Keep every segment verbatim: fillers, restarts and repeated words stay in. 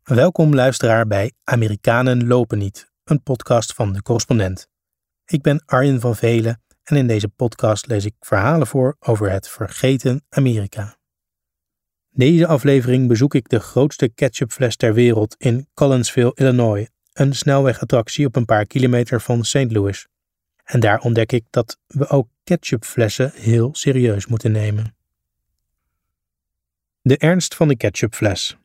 Welkom luisteraar bij Amerikanen lopen niet, een podcast van De Correspondent. Ik ben Arjen van Velen en in deze podcast lees ik verhalen voor over het vergeten Amerika. Deze aflevering bezoek ik de grootste ketchupfles ter wereld in Collinsville, Illinois, een snelwegattractie op een paar kilometer van Saint Louis. En daar ontdek ik dat we ook ketchupflessen heel serieus moeten nemen. De ernst van de ketchupfles.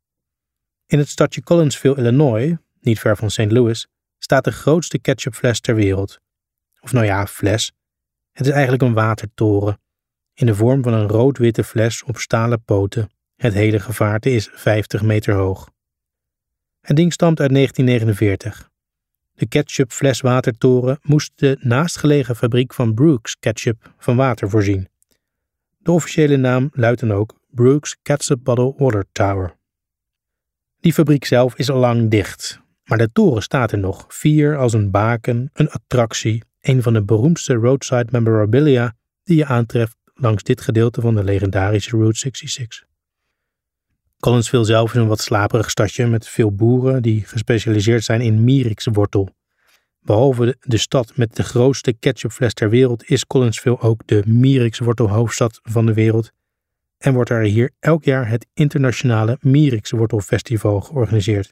In het stadje Collinsville, Illinois, niet ver van Saint Louis, staat de grootste ketchupfles ter wereld. Of nou ja, fles. Het is eigenlijk een watertoren, in de vorm van een rood-witte fles op stalen poten. Het hele gevaarte is vijftig meter hoog. Het ding stamt uit negentien negenenveertig. De ketchupfleswatertoren moest de naastgelegen fabriek van Brooks Ketchup van water voorzien. De officiële naam luidt dan ook Brooks Ketchup Bottle Water Tower. Die fabriek zelf is al lang dicht, maar de toren staat er nog, fier als een baken, een attractie, een van de beroemdste roadside memorabilia die je aantreft langs dit gedeelte van de legendarische Route zesenzestig. Collinsville zelf is een wat slaperig stadje met veel boeren die gespecialiseerd zijn in mierikswortel. Behalve de stad met de grootste ketchupfles ter wereld is Collinsville ook de mierikswortelhoofdstad van de wereld en wordt er hier elk jaar het internationale mierikswortelfestival georganiseerd.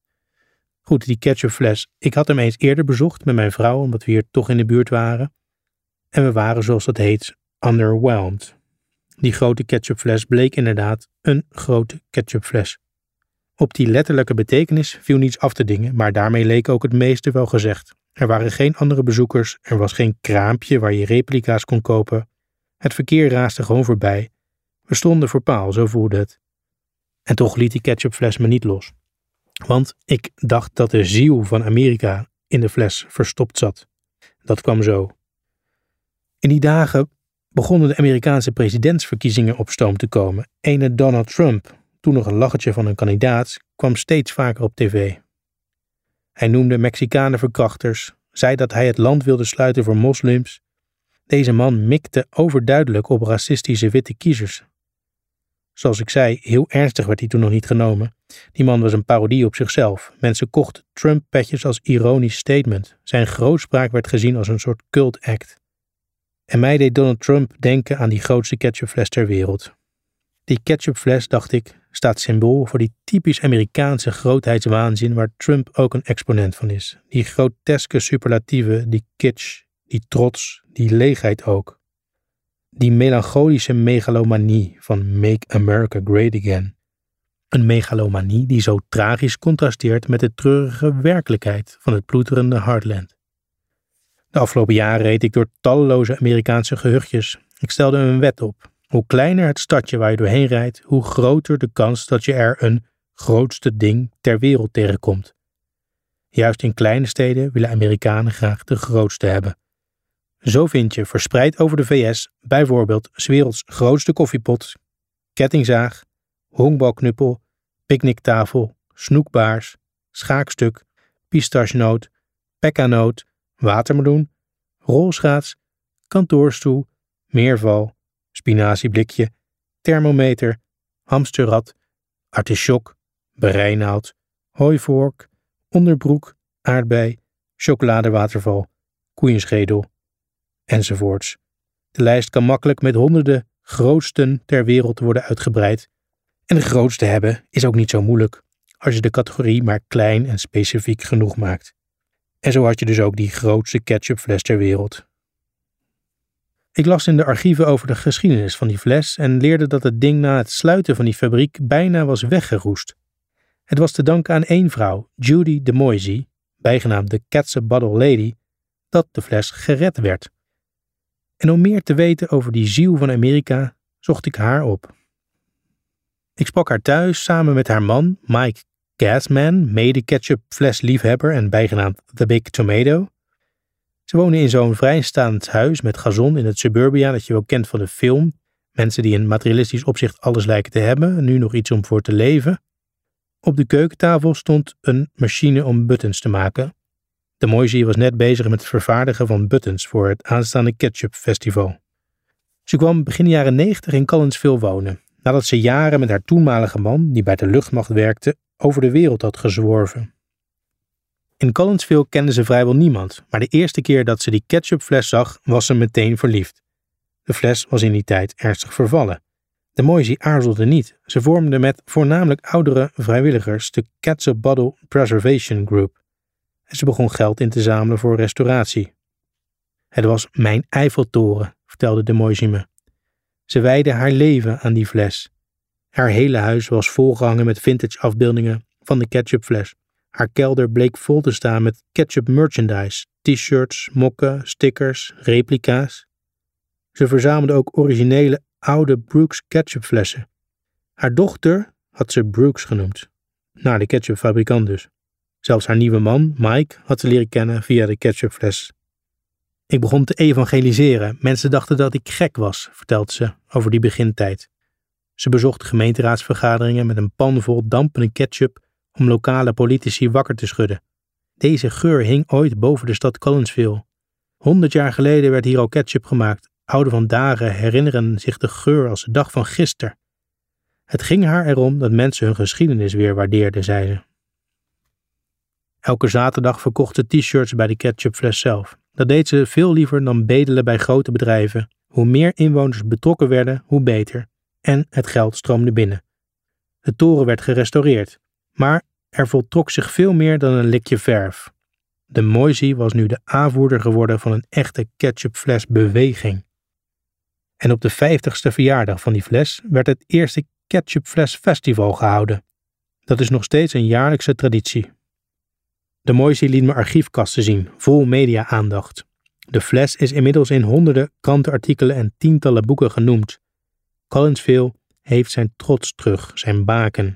Goed, die ketchupfles. Ik had hem eens eerder bezocht met mijn vrouw omdat we hier toch in de buurt waren. En we waren, zoals dat heet, underwhelmed. Die grote ketchupfles bleek inderdaad een grote ketchupfles. Op die letterlijke betekenis viel niets af te dingen, maar daarmee leek ook het meeste wel gezegd. Er waren geen andere bezoekers, er was geen kraampje waar je replica's kon kopen. Het verkeer raasde gewoon voorbij. We stonden voor paal, zo voelde het. En toch liet die ketchupfles me niet los. Want ik dacht dat de ziel van Amerika in de fles verstopt zat. Dat kwam zo. In die dagen begonnen de Amerikaanse presidentsverkiezingen op stoom te komen. Ene Donald Trump, toen nog een lachertje van een kandidaat, kwam steeds vaker op tv. Hij noemde Mexicanen verkrachters, zei dat hij het land wilde sluiten voor moslims. Deze man mikte overduidelijk op racistische witte kiezers. Zoals ik zei, heel ernstig werd hij toen nog niet genomen. Die man was een parodie op zichzelf. Mensen kochten Trump-petjes als ironisch statement. Zijn grootspraak werd gezien als een soort cult act. En mij deed Donald Trump denken aan die grootste ketchupfles ter wereld. Die ketchupfles, dacht ik, staat symbool voor die typisch Amerikaanse grootheidswaanzin waar Trump ook een exponent van is. Die groteske superlatieven, die kitsch, die trots, die leegheid ook. Die melancholische megalomanie van Make America Great Again. Een megalomanie die zo tragisch contrasteert met de treurige werkelijkheid van het ploeterende Heartland. De afgelopen jaren reed ik door talloze Amerikaanse gehuchtjes. Ik stelde een wet op. Hoe kleiner het stadje waar je doorheen rijdt, hoe groter de kans dat je er een grootste ding ter wereld tegenkomt. Juist in kleine steden willen Amerikanen graag de grootste hebben. Zo vind je verspreid over de V S bijvoorbeeld 's werelds grootste koffiepot, kettingzaag, honkbalknuppel, picknicktafel, snoekbaars, schaakstuk, pistachenoot, pekanoot, watermeloen, rolschaats, kantoorstoel, meerval, spinazieblikje, thermometer, hamsterrad, artisjok, bereinaald, hooivork, onderbroek, aardbei, chocoladewaterval, koeienschedel, enzovoorts. De lijst kan makkelijk met honderden grootsten ter wereld worden uitgebreid. En de grootste hebben is ook niet zo moeilijk, als je de categorie maar klein en specifiek genoeg maakt. En zo had je dus ook die grootste ketchupfles ter wereld. Ik las in de archieven over de geschiedenis van die fles en leerde dat het ding na het sluiten van die fabriek bijna was weggeroest. Het was te danken aan één vrouw, Judy DeMoisy, bijgenaamd de Ketchup Bottle Lady, dat de fles gered werd. En om meer te weten over die ziel van Amerika, zocht ik haar op. Ik sprak haar thuis samen met haar man, Mike Gassman, mede-ketchupflesliefhebber en bijgenaamd The Big Tomato. Ze wonen in zo'n vrijstaand huis met gazon in het suburbia dat je wel kent van de film. Mensen die in materialistisch opzicht alles lijken te hebben, nu nog iets om voor te leven. Op de keukentafel stond een machine om buttons te maken. De Moisey was net bezig met het vervaardigen van buttons voor het aanstaande ketchupfestival. Ze kwam begin jaren negentig in Collinsville wonen, nadat ze jaren met haar toenmalige man, die bij de luchtmacht werkte, over de wereld had gezworven. In Collinsville kende ze vrijwel niemand, maar de eerste keer dat ze die ketchupfles zag, was ze meteen verliefd. De fles was in die tijd ernstig vervallen. De Moisey aarzelde niet. Ze vormde met voornamelijk oudere vrijwilligers de Ketchup Bottle Preservation Group. En ze begon geld in te zamelen voor restauratie. Het was mijn Eiffeltoren, vertelde de Moisey me. Ze wijdde haar leven aan die fles. Haar hele huis was volgehangen met vintage afbeeldingen van de ketchupfles. Haar kelder bleek vol te staan met ketchup merchandise, t-shirts, mokken, stickers, replica's. Ze verzamelde ook originele oude Brooks ketchupflessen. Haar dochter had ze Brooks genoemd, naar de ketchupfabrikant dus. Zelfs haar nieuwe man, Mike, had ze leren kennen via de ketchupfles. Ik begon te evangeliseren. Mensen dachten dat ik gek was, vertelt ze over die begintijd. Ze bezocht gemeenteraadsvergaderingen met een pan vol dampende ketchup om lokale politici wakker te schudden. Deze geur hing ooit boven de stad Collinsville. Honderd jaar geleden werd hier al ketchup gemaakt. Ouden van dagen herinneren zich de geur als de dag van gisteren. Het ging haar erom dat mensen hun geschiedenis weer waardeerden, zei ze. Elke zaterdag verkocht ze t-shirts bij de ketchupfles zelf. Dat deed ze veel liever dan bedelen bij grote bedrijven. Hoe meer inwoners betrokken werden, hoe beter. En het geld stroomde binnen. De toren werd gerestaureerd, maar er voltrok zich veel meer dan een likje verf. De Moisey was nu de aanvoerder geworden van een echte ketchupflesbeweging. En op de vijftigste verjaardag van die fles werd het eerste Ketchupfles Festival gehouden. Dat is nog steeds een jaarlijkse traditie. De Moisey liet me archiefkasten zien, vol media-aandacht. De fles is inmiddels in honderden krantenartikelen en tientallen boeken genoemd. Collinsville heeft zijn trots terug, zijn baken.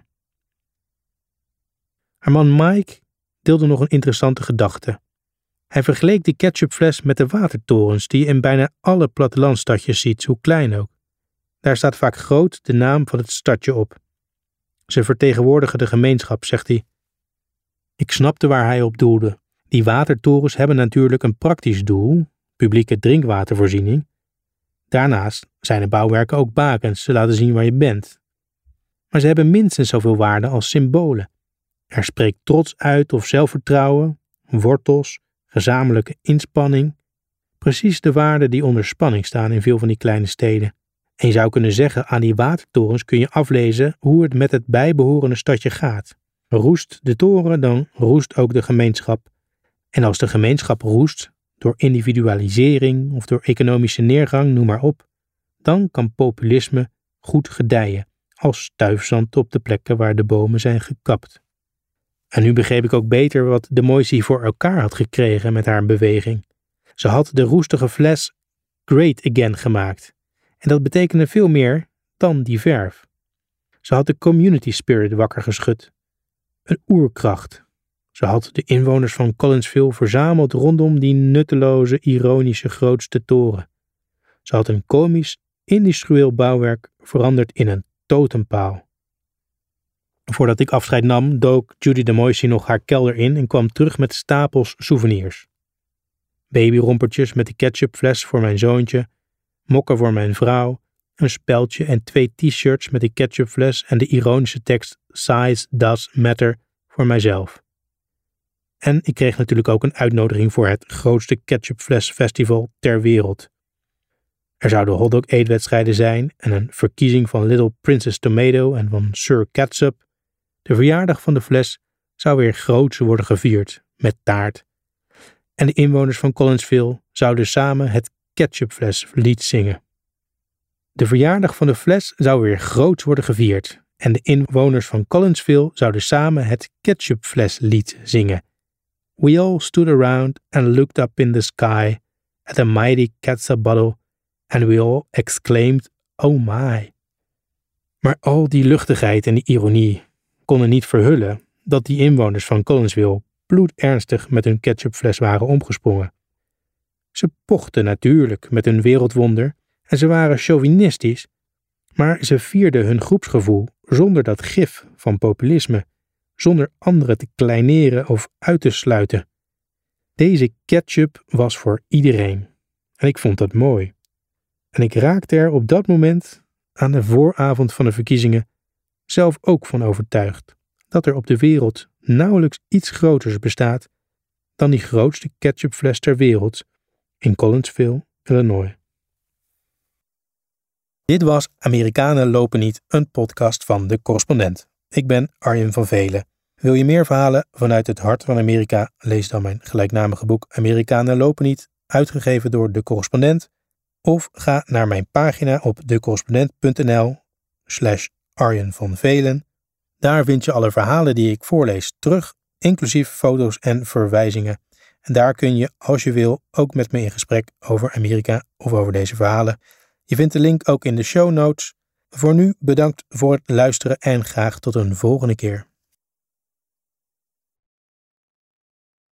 Haar man Mike deelde nog een interessante gedachte. Hij vergeleek de ketchupfles met de watertorens die je in bijna alle plattelandstadjes ziet, hoe klein ook. Daar staat vaak groot de naam van het stadje op. Ze vertegenwoordigen de gemeenschap, zegt hij. Ik snapte waar hij op doelde. Die watertorens hebben natuurlijk een praktisch doel, publieke drinkwatervoorziening. Daarnaast zijn de bouwwerken ook bakens, ze laten zien waar je bent. Maar ze hebben minstens zoveel waarde als symbolen. Er spreekt trots uit of zelfvertrouwen, wortels, gezamenlijke inspanning. Precies de waarden die onder spanning staan in veel van die kleine steden. En je zou kunnen zeggen, aan die watertorens kun je aflezen hoe het met het bijbehorende stadje gaat. Roest de toren, dan roest ook de gemeenschap. En als de gemeenschap roest, door individualisering of door economische neergang, noem maar op, dan kan populisme goed gedijen, als stuifzand op de plekken waar de bomen zijn gekapt. En nu begreep ik ook beter wat de Moisey voor elkaar had gekregen met haar beweging. Ze had de roestige fles great again gemaakt. En dat betekende veel meer dan die verf. Ze had de community spirit wakker geschud. Een oerkracht. Ze had de inwoners van Collinsville verzameld rondom die nutteloze, ironische grootste toren. Ze had een komisch, industrieel bouwwerk veranderd in een totempaal. Voordat ik afscheid nam, dook Judy de Moisey nog haar kelder in en kwam terug met stapels souvenirs. Babyrompertjes met de ketchupfles voor mijn zoontje, mokken voor mijn vrouw, een speldje en twee t-shirts met de ketchupfles en de ironische tekst Size Does Matter voor mijzelf. En ik kreeg natuurlijk ook een uitnodiging voor het grootste ketchupfles festival ter wereld. Er zouden hotdog eetwedstrijden zijn en een verkiezing van Little Princess Tomato en van Sir Catsup. De verjaardag van de fles zou weer groots worden gevierd, met taart. En de inwoners van Collinsville zouden samen het ketchupfleslied zingen. De verjaardag van de fles zou weer groots worden gevierd en de inwoners van Collinsville zouden samen het ketchupfleslied zingen. We all stood around and looked up in the sky at the mighty catsup bottle and we all exclaimed, oh my. Maar al die luchtigheid en die ironie konden niet verhullen dat die inwoners van Collinsville bloedernstig met hun ketchupfles waren omgesprongen. Ze pochten natuurlijk met hun wereldwonder en ze waren chauvinistisch, maar ze vierden hun groepsgevoel zonder dat gif van populisme, zonder anderen te kleineren of uit te sluiten. Deze ketchup was voor iedereen en ik vond dat mooi. En ik raakte er op dat moment, aan de vooravond van de verkiezingen, zelf ook van overtuigd dat er op de wereld nauwelijks iets groters bestaat dan die grootste ketchupfles ter wereld in Collinsville, Illinois. Dit was Amerikanen lopen niet, een podcast van De Correspondent. Ik ben Arjen van Velen. Wil je meer verhalen vanuit het hart van Amerika? Lees dan mijn gelijknamige boek Amerikanen lopen niet, uitgegeven door De Correspondent. Of ga naar mijn pagina op decorrespondent.nl slash Arjen van Velen. Daar vind je alle verhalen die ik voorlees terug, inclusief foto's en verwijzingen. En daar kun je, als je wil, ook met me in gesprek over Amerika of over deze verhalen. Je vindt de link ook in de show notes. Voor nu bedankt voor het luisteren en graag tot een volgende keer.